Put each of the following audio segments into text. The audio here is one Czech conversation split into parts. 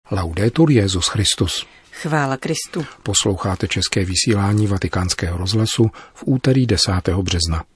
Laudetur Jesus Christus. Chvála Kristu. Posloucháte české vysílání Vatikánského rozhlasu v úterý 10. března.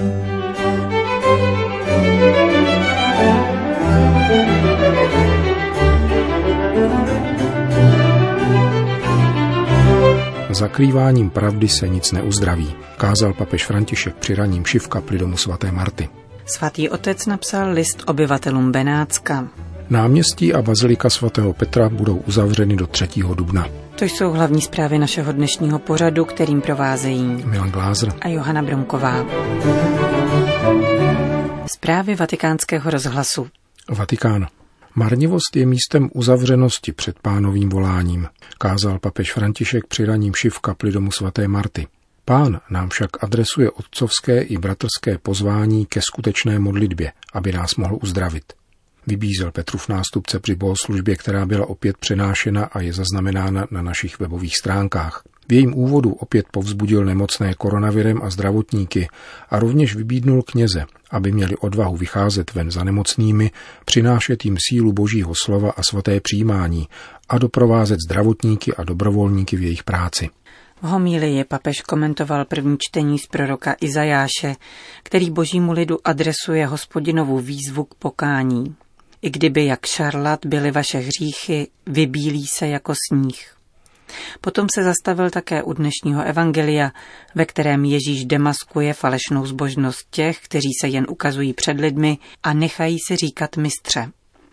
Zakrýváním pravdy se nic neuzdraví, kázal papež František při ranní mši v kapli domu svaté Marty. Svatý otec napsal list obyvatelům Benátska. Náměstí a bazilika svatého Petra budou uzavřeny do 3. dubna. To jsou hlavní zprávy našeho dnešního pořadu, kterým provázejí Milan Glázer a Johana Bronková. Zprávy Vatikánského rozhlasu. Vatikán. Marnivost je místem uzavřenosti před Pánovým voláním, kázal papež František při ranní mši v kapli domu svaté Marty. Pán nám však adresuje otcovské i bratrské pozvání ke skutečné modlitbě, aby nás mohl uzdravit. Vybízel Petrův nástupce při bohoslužbě, která byla opět přenášena a je zaznamenána na našich webových stránkách. V jejím úvodu opět povzbudil nemocné koronavirem a zdravotníky a rovněž vybídnul kněze, aby měli odvahu vycházet ven za nemocnými, přinášet jim sílu Božího slova a svaté přijímání a doprovázet zdravotníky a dobrovolníky v jejich práci. V homílii papež komentoval první čtení z proroka Izajáše, který Božímu lidu adresuje Hospodinovu výzvu k pokání. I kdyby jak šarlat byly vaše hříchy, vybílí se jako sníh. Potom se zastavil také u dnešního evangelia, ve kterém Ježíš demaskuje falešnou zbožnost těch, kteří se jen ukazují před lidmi a nechají si říkat mistře.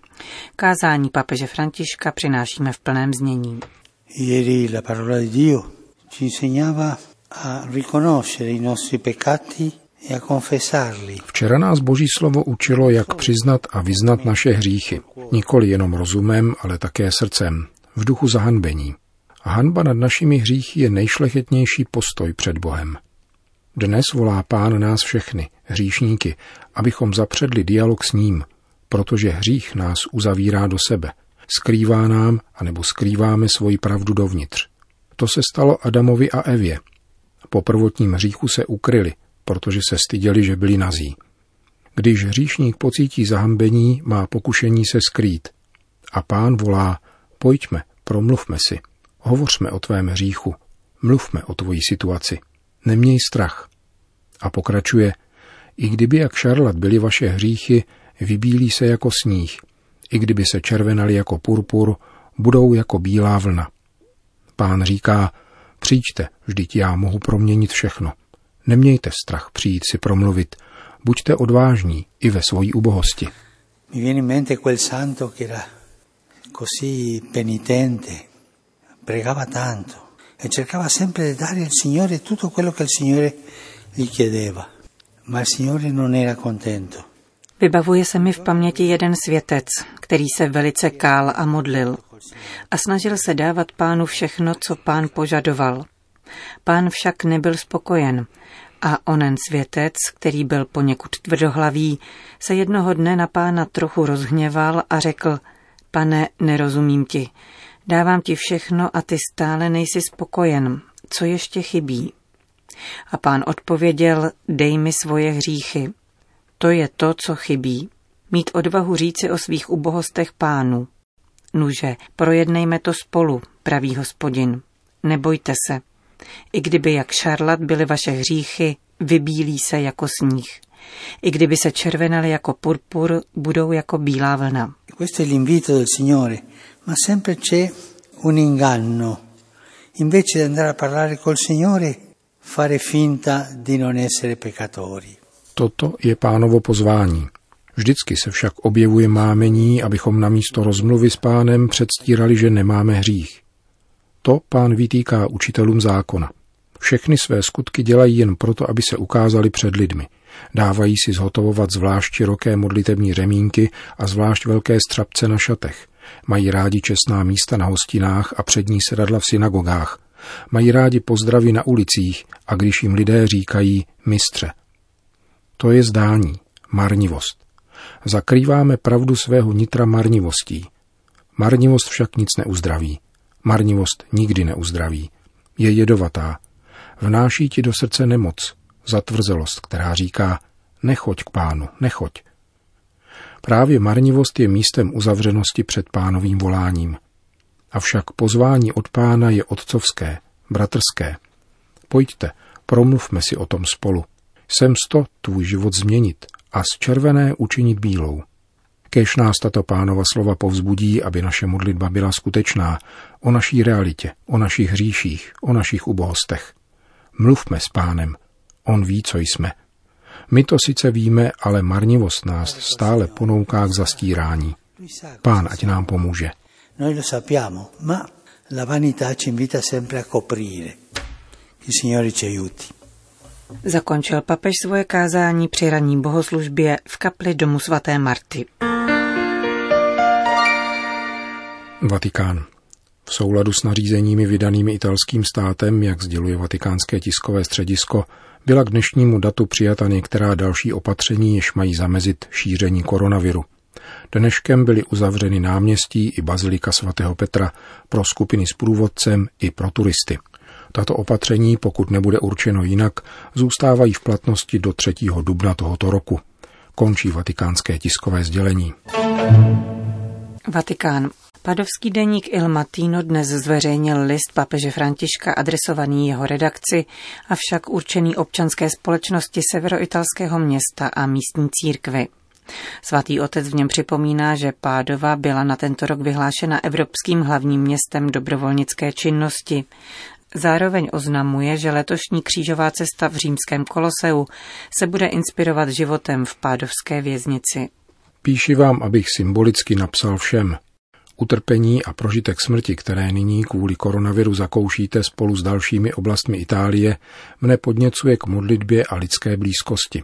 Kázání papeže Františka přinášíme v plném znění. Ieri la parola di Dio ci insegnava a riconoscere i nostri peccati e a confessarli. Včera nás Boží slovo učilo, jak přiznat a vyznat naše hříchy, nikoli jenom rozumem, ale také srdcem, v duchu zahanbení. A hanba nad našimi hříchy je nejšlechetnější postoj před Bohem. Dnes volá Pán nás všechny, hříšníky, abychom zapředli dialog s ním, protože hřích nás uzavírá do sebe, skrývá nám anebo skrýváme svoji pravdu dovnitř. To se stalo Adamovi a Evě. Po prvotním hříchu se ukryli, protože se styděli, že byli nazí. Když hříšník pocítí zahambení, má pokušení se skrýt. A Pán volá, pojďme, promluvme si, hovořme o tvém hříchu, mluvme o tvojí situaci, neměj strach. A pokračuje, i kdyby jak šarlat byly vaše hříchy, vybílí se jako sníh, i kdyby se červenaly jako purpur, budou jako bílá vlna. Pán říká, přijďte, vždyť já mohu proměnit všechno. Nemějte strach přijít si promluvit, buďte odvážní i ve svojí ubohosti. Mi viene in mente quel santo che era così penitente, pregava tanto e cercava sempre di dare al Signore tutto quello che il Signore gli chiedeva, ma il Signore non era contento. Vybavuje se mi v paměti jeden světec, který se velice kál a modlil a snažil se dávat Pánu všechno, co Pán požadoval. Pán však nebyl spokojen a onen světec, který byl poněkud tvrdohlavý, se jednoho dne na Pána trochu rozhněval a řekl, Pane, nerozumím ti, dávám ti všechno a ty stále nejsi spokojen, co ještě chybí? A Pán odpověděl, dej mi svoje hříchy. To je to, co chybí. Mít odvahu říci o svých ubohostech Pánu. Nuže, projednejme to spolu, praví Hospodin. Nebojte se. I kdyby jak šarlat byly vaše hříchy, vybílí se jako sníh. I kdyby se červenaly jako purpur, budou jako bílá vlna. Questo è l'invito del Signore, ma sempre c'è un inganno. Invece di andare a parlare col Signore, fare finta di non essere peccatori. Toto je Pánovo pozvání. Vždycky se však objevuje mámení, abychom namísto rozmluvy s Pánem předstírali, že nemáme hřích. To Pán vytýká učitelům zákona. Všechny své skutky dělají jen proto, aby se ukázali před lidmi. Dávají si zhotovovat zvlášť široké modlitební řemínky a zvlášť velké střapce na šatech. Mají rádi čestná místa na hostinách a přední sedadla v synagogách. Mají rádi pozdravy na ulicích a když jim lidé říkají mistře. To je zdání, marnivost. Zakrýváme pravdu svého nitra marnivostí. Marnivost však nic neuzdraví. Marnivost nikdy neuzdraví. Je jedovatá. Vnáší ti do srdce nemoc, zatvrzelost, která říká, nechoď k Pánu, nechoď. Právě marnivost je místem uzavřenosti před Pánovým voláním. Avšak pozvání od Pána je otcovské, bratrské. Pojďte, promluvme si o tom spolu. Jsem sto tvůj život změnit a z červené učinit bílou. Kéž nás tato Pánova slova povzbudí, aby naše modlitba byla skutečná, o naší realitě, o našich hříších, o našich ubohostech. Mluvme s Pánem, on ví, co jsme. My to sice víme, ale marnivost nás stále ponouká k zastírání. Pán ať nám pomůže. Noi lo sappiamo, ma la vanità ci invita sempre a coprire. Il Signore ci aiuti. Zakončil papež svoje kázání při ranní bohoslužbě v kapli domu svaté Marty. Vatikán. V souladu s nařízeními vydanými italským státem, jak sděluje vatikánské tiskové středisko, byla k dnešnímu datu přijata některá další opatření, jež mají zamezit šíření koronaviru. Dneškem byly uzavřeny náměstí i bazilika svatého Petra pro skupiny s průvodcem i pro turisty. Tato opatření, pokud nebude určeno jinak, zůstávají v platnosti do 3. dubna tohoto roku. Končí vatikánské tiskové sdělení. Vatikán. Padovský deník Il Mattino dnes zveřejnil list papeže Františka adresovaný jeho redakci, avšak určený občanské společnosti severoitalského města a místní církvi. Svatý otec v něm připomíná, že Pádova byla na tento rok vyhlášena evropským hlavním městem dobrovolnické činnosti. Zároveň oznamuje, že letošní křížová cesta v římském Koloseu se bude inspirovat životem v pádovské věznici. Píši vám, abych symbolicky napsal všem. Utrpení a prožitek smrti, které nyní kvůli koronaviru zakoušíte spolu s dalšími oblastmi Itálie, mne podněcuje k modlitbě a lidské blízkosti.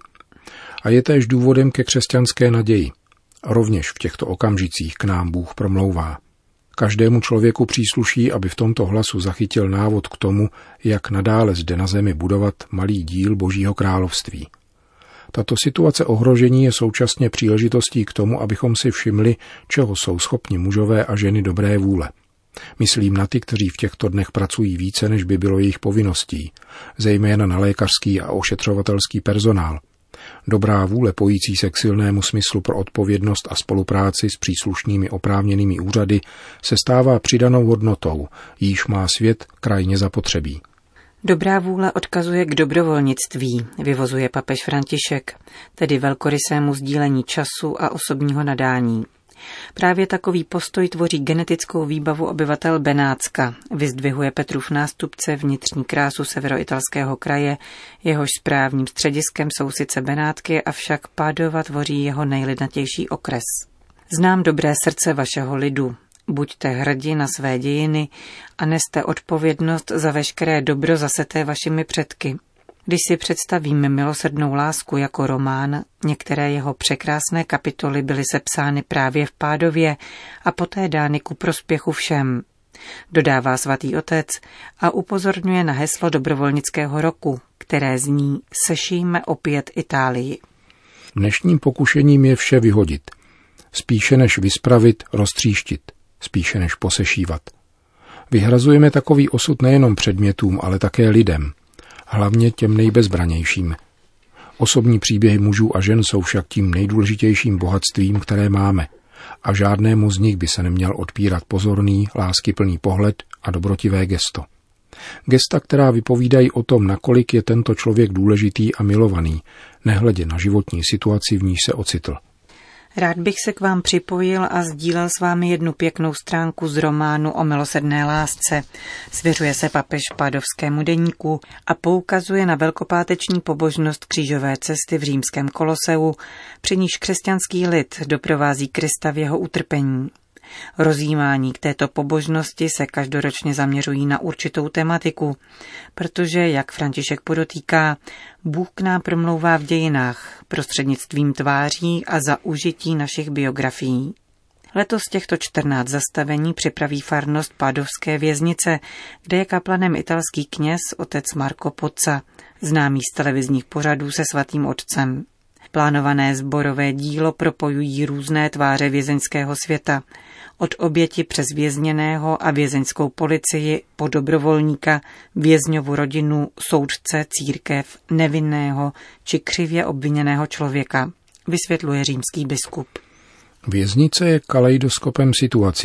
A je též důvodem ke křesťanské naději. Rovněž v těchto okamžicích k nám Bůh promlouvá. Každému člověku přísluší, aby v tomto hlasu zachytil návod k tomu, jak nadále zde na zemi budovat malý díl Božího království. Tato situace ohrožení je současně příležitostí k tomu, abychom si všimli, čeho jsou schopni mužové a ženy dobré vůle. Myslím na ty, kteří v těchto dnech pracují více, než by bylo jejich povinností, zejména na lékařský a ošetřovatelský personál. Dobrá vůle pojící se k silnému smyslu pro odpovědnost a spolupráci s příslušnými oprávněnými úřady se stává přidanou hodnotou, jíž má svět krajně zapotřebí. Dobrá vůle odkazuje k dobrovolnictví, vyvozuje papež František, tedy velkorysému sdílení času a osobního nadání. Právě takový postoj tvoří genetickou výbavu obyvatel Benátska, vyzdvihuje Petrův nástupce vnitřní krásu severoitalského kraje, jehož správním střediskem jsou sice Benátky, avšak Pádova tvoří jeho nejlidnatější okres. Znám dobré srdce vašeho lidu. Buďte hrdi na své dějiny a neste odpovědnost za veškeré dobro zaseté vašimi předky. Když si představíme milosrdnou lásku jako román, některé jeho překrásné kapitoly byly sepsány právě v Pádově a poté dány ku prospěchu všem. Dodává svatý otec a upozorňuje na heslo dobrovolnického roku, které zní Sešijme opět Itálii. Dnešním pokušením je vše vyhodit. Spíše než vyspravit, roztříštit. Spíše než posešívat. Vyhrazujeme takový osud nejenom předmětům, ale také lidem. Hlavně těm nejbezbranějším. Osobní příběhy mužů a žen jsou však tím nejdůležitějším bohatstvím, které máme. A žádnému z nich by se neměl odpírat pozorný, láskyplný pohled a dobrotivé gesto. Gesta, která vypovídají o tom, nakolik je tento člověk důležitý a milovaný, nehledě na životní situaci, v níž se ocitl. Rád bych se k vám připojil a sdílel s vámi jednu pěknou stránku z románu o milosrdné lásce. Svěřuje se papež Pádovskému deníku a poukazuje na velkopáteční pobožnost křížové cesty v římském Koloseu, při níž křesťanský lid doprovází Krista v jeho utrpení. Rozjímání k této pobožnosti se každoročně zaměřují na určitou tematiku, protože, jak František podotýká, Bůh k nám promlouvá v dějinách prostřednictvím tváří a za užití našich biografií. Letos těchto 14 zastavení připraví farnost Pádovské věznice, kde je kaplanem italský kněz otec Marco Pozza, známý z televizních pořadů se svatým otcem. Plánované sborové dílo propojují různé tváře vězeňského světa, od oběti přes vězněného a vězeňskou policii po dobrovolníka, vězňovu rodinu, soudce, církev, nevinného či křivě obviněného člověka, vysvětluje římský biskup. Věznice je kaleidoskopem situací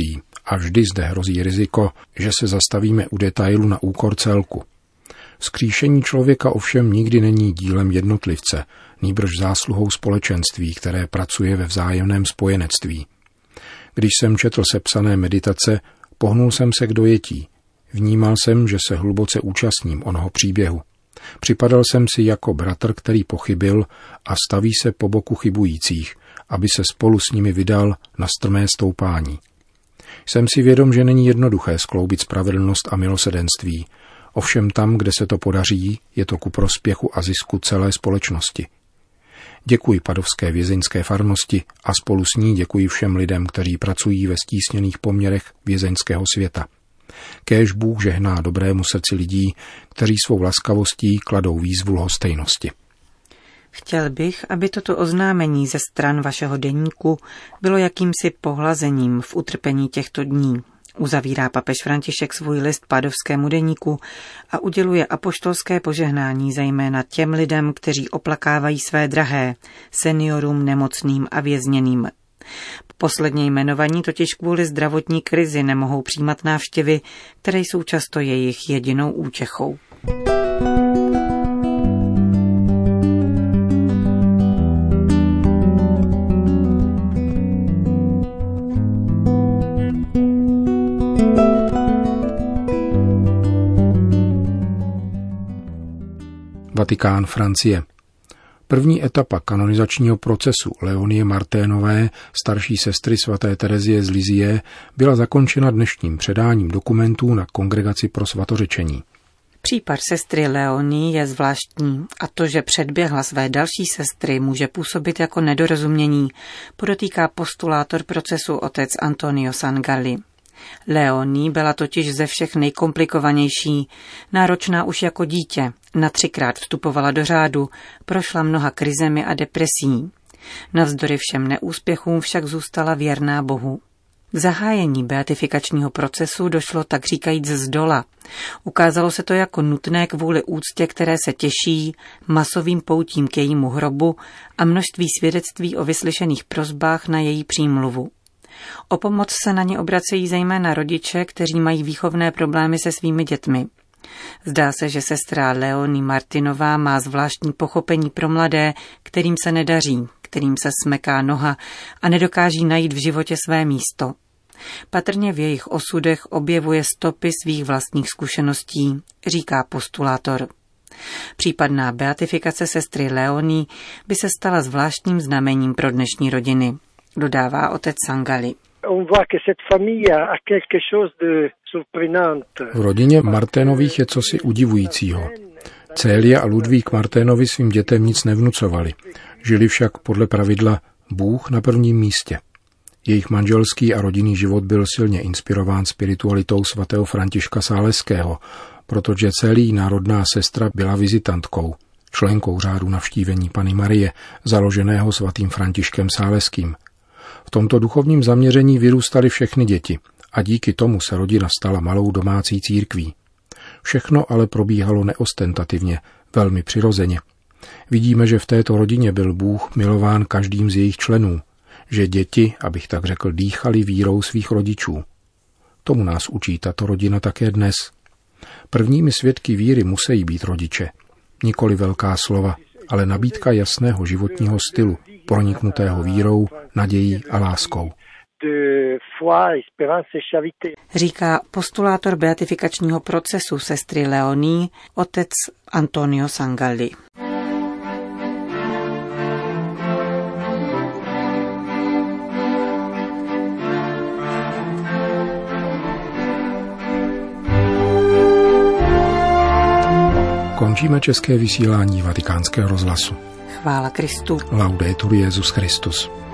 A vždy zde hrozí riziko, že se zastavíme u detailu na úkor celku. Vzkříšení člověka ovšem nikdy není dílem jednotlivce, nýbrž zásluhou společenství, které pracuje ve vzájemném spojenectví. Když jsem četl sepsané meditace, pohnul jsem se k dojetí. Vnímal jsem, že se hluboce účastním onoho příběhu. Připadal jsem si jako bratr, který pochybil a staví se po boku chybujících, aby se spolu s nimi vydal na strmé stoupání. Jsem si vědom, že není jednoduché skloubit spravedlnost a milosedenství. Ovšem tam, kde se to podaří, je to ku prospěchu a zisku celé společnosti. Děkuji padovské vězeňské farnosti a spolu s ní děkuji všem lidem, kteří pracují ve stísněných poměrech vězeňského světa. Kéž Bůh žehná dobrému srdci lidí, kteří svou laskavostí kladou výzvu lhostejnosti. Chtěl bych, aby toto oznámení ze stran vašeho deníku bylo jakýmsi pohlazením v utrpení těchto dní. Uzavírá papež František svůj list padovskému deníku a uděluje apoštolské požehnání zejména těm lidem, kteří oplakávají své drahé, seniorům, nemocným a vězněným. Posledně jmenovaní totiž kvůli zdravotní krizi nemohou přijímat návštěvy, které jsou často jejich jedinou útěchou. Vatikán, Francie. První etapa kanonizačního procesu Leonie Marténové, starší sestry svaté Terezie z Lisie, byla zakončena dnešním předáním dokumentů na Kongregaci pro svatořečení. Případ sestry Leonie je zvláštní a to, že předběhla své další sestry, může působit jako nedorozumění, podotýká postulátor procesu otec Antonio Sangalli. Leonie byla totiž ze všech nejkomplikovanější, náročná už jako dítě, na 3krát vstupovala do řádu, prošla mnoha krizemi a depresí. Navzdory všem neúspěchům však zůstala věrná Bohu. K zahájení beatifikačního procesu došlo tak říkajíc zdola. Ukázalo se to jako nutné kvůli úctě, které se těší, masovým poutím k jejímu hrobu a množství svědectví o vyslyšených prosbách na její přímluvu. O pomoc se na ně obracejí zejména rodiče, kteří mají výchovné problémy se svými dětmi. Zdá se, že sestra Leonie Martinová má zvláštní pochopení pro mladé, kterým se nedaří, kterým se smeká noha a nedokáží najít v životě své místo. Patrně v jejich osudech objevuje stopy svých vlastních zkušeností, říká postulátor. Případná beatifikace sestry Leonie by se stala zvláštním znamením pro dnešní rodiny, dodává otec Sangalli. V rodině Marténových je cosi udivujícího. Célia a Ludvík Marténovi svým dětem nic nevnucovali. Žili však podle pravidla Bůh na prvním místě. Jejich manželský a rodinný život byl silně inspirován spiritualitou svatého Františka Sáleského, protože celý národná sestra byla vizitantkou, členkou řádu navštívení Panny Marie, založeného svatým Františkem Sáleským. V tomto duchovním zaměření vyrůstaly všechny děti a díky tomu se rodina stala malou domácí církví. Všechno ale probíhalo neostentativně, velmi přirozeně. Vidíme, že v této rodině byl Bůh milován každým z jejich členů, že děti, abych tak řekl, dýchali vírou svých rodičů. Tomu nás učí tato rodina také dnes. Prvními svědky víry musí být rodiče. Nikoli velká slova, ale nabídka jasného životního stylu, proniknutého vírou, nadějí a láskou. Říká postulátor beatifikačního procesu sestry Leonie, otec Antonio Sangalli. Končíme české vysílání Vatikánského rozhlasu. Chvála Kristu. Laudetur Jesus Christus.